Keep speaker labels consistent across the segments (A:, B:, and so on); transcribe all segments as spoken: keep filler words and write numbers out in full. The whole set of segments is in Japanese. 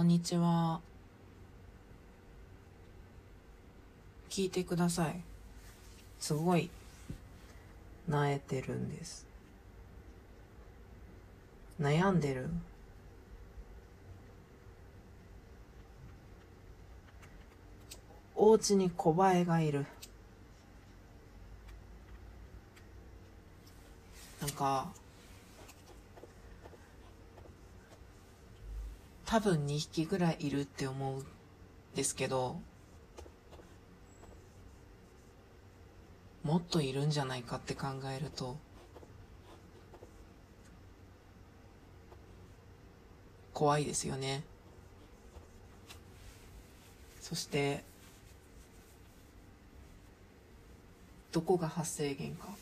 A: んにちは。聞いてください。すごい萎えてるんです。悩んでる。お家に小バエがいる。なんか多分にひきぐらいいるって思うんですけど、もっといるんじゃないかって考えると怖いですよね。そしてどこが発生源か、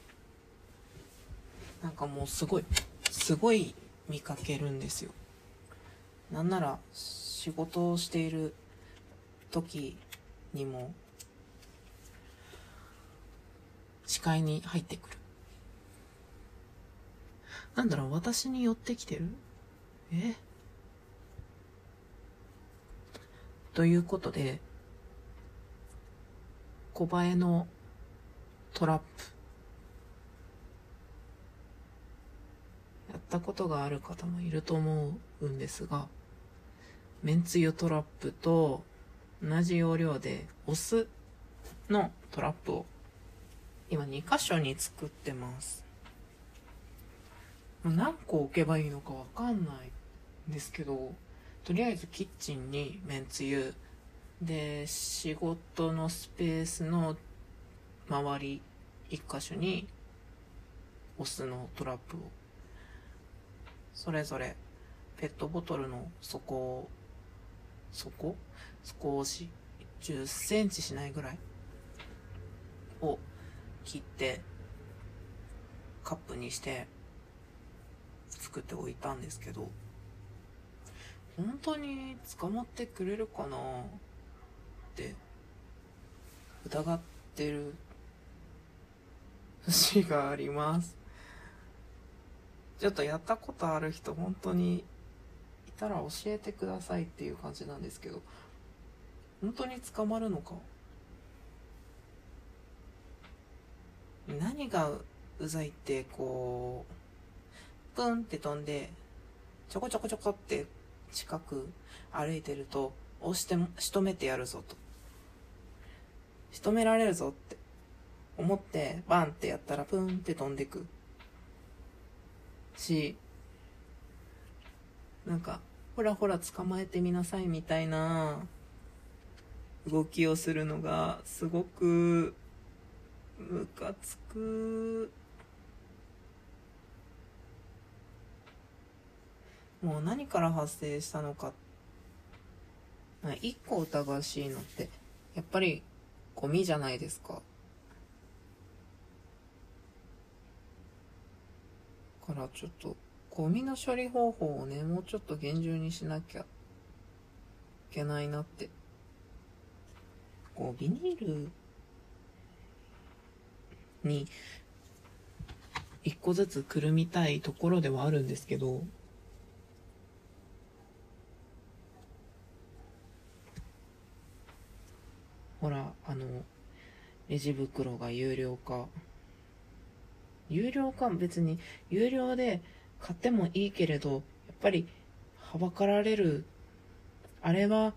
A: なんかもうすごいすごい見かけるんですよ。なんなら仕事をしている時にも視界に入ってくる。なんだろう、私に寄ってきてる？えということで、小バエのトラップやったことがある方もいると思うんですが、めんつゆトラップと同じ要領でお酢のトラップを今に箇所に作ってます。何個置けばいいのかわかんないんですけど、とりあえずキッチンにめんつゆで、仕事のスペースの周り一箇所にお酢のトラップを、それぞれペットボトルの底底少しじゅっセンチしないぐらいを切ってカップにして作っておいたんですけど、本当に捕まってくれるかなって疑ってる節があります。ちょっとやったことある人本当にいたら教えてくださいっていう感じなんですけど、本当に捕まるのか。何がうざいって、こうプンって飛んでちょこちょこちょこって近く歩いてると、押して仕留めてやるぞと、仕留められるぞって思ってバンってやったらプンって飛んでくし、なんかほらほら捕まえてみなさいみたいな動きをするのがすごくムカつく。もう何から発生したのか、一個疑わしいのってやっぱりゴミじゃないですか。からちょっとゴミの処理方法をね、もうちょっと厳重にしなきゃいけないなって。こうビニールに一個ずつくるみたいところではあるんですけど、ほらあのレジ袋が有料化有料化別に有料で買ってもいいけれど、やっぱりはばかられる、あれは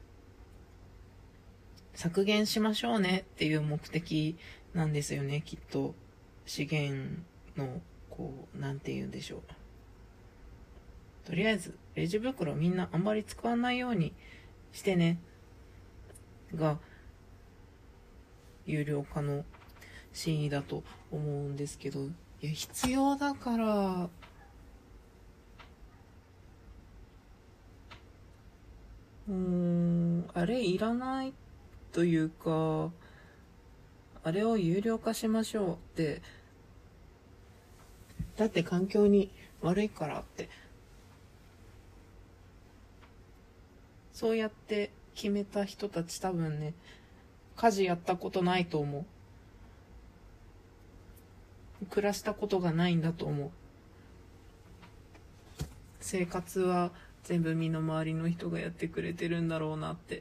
A: 削減しましょうねっていう目的なんですよね、きっと。資源のこうなんて言うんでしょう、とりあえずレジ袋みんなあんまり使わないようにしてねが有料化の真意だと思うんですけど、いや必要だからうーんあれいらないというか、あれを有料化しましょうって、だって環境に悪いからって、そうやって決めた人たち多分ね、家事やったことないと思う。暮らしたことがないんだと思う。生活は全部身の回りの人がやってくれてるんだろうなって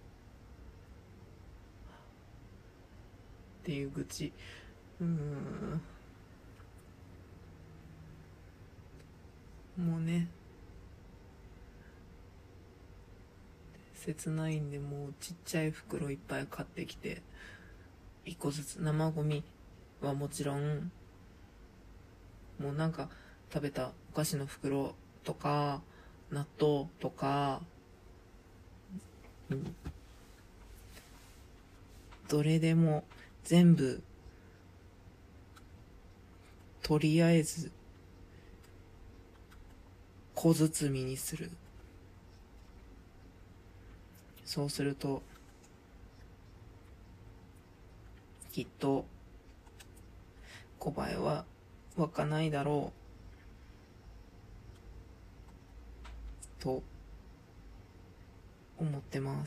A: っていう愚痴。うーんもうね切ないんで、もうちっちゃい袋いっぱい買ってきていっこずつ、生ゴミはもちろん、もうなんか食べたお菓子の袋とか納豆とか、うん、どれでも全部とりあえず小包みにする。そうするときっと小バエは湧かないだろうと思ってます。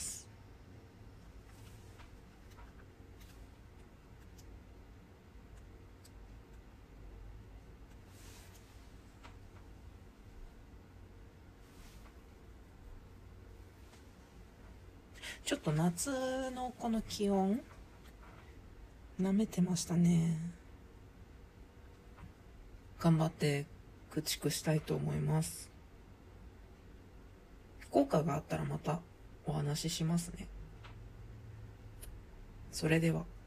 A: ちょっと夏のこの気温なめてましたね。頑張って駆逐したいと思います。効果があったらまたお話ししますね。それでは。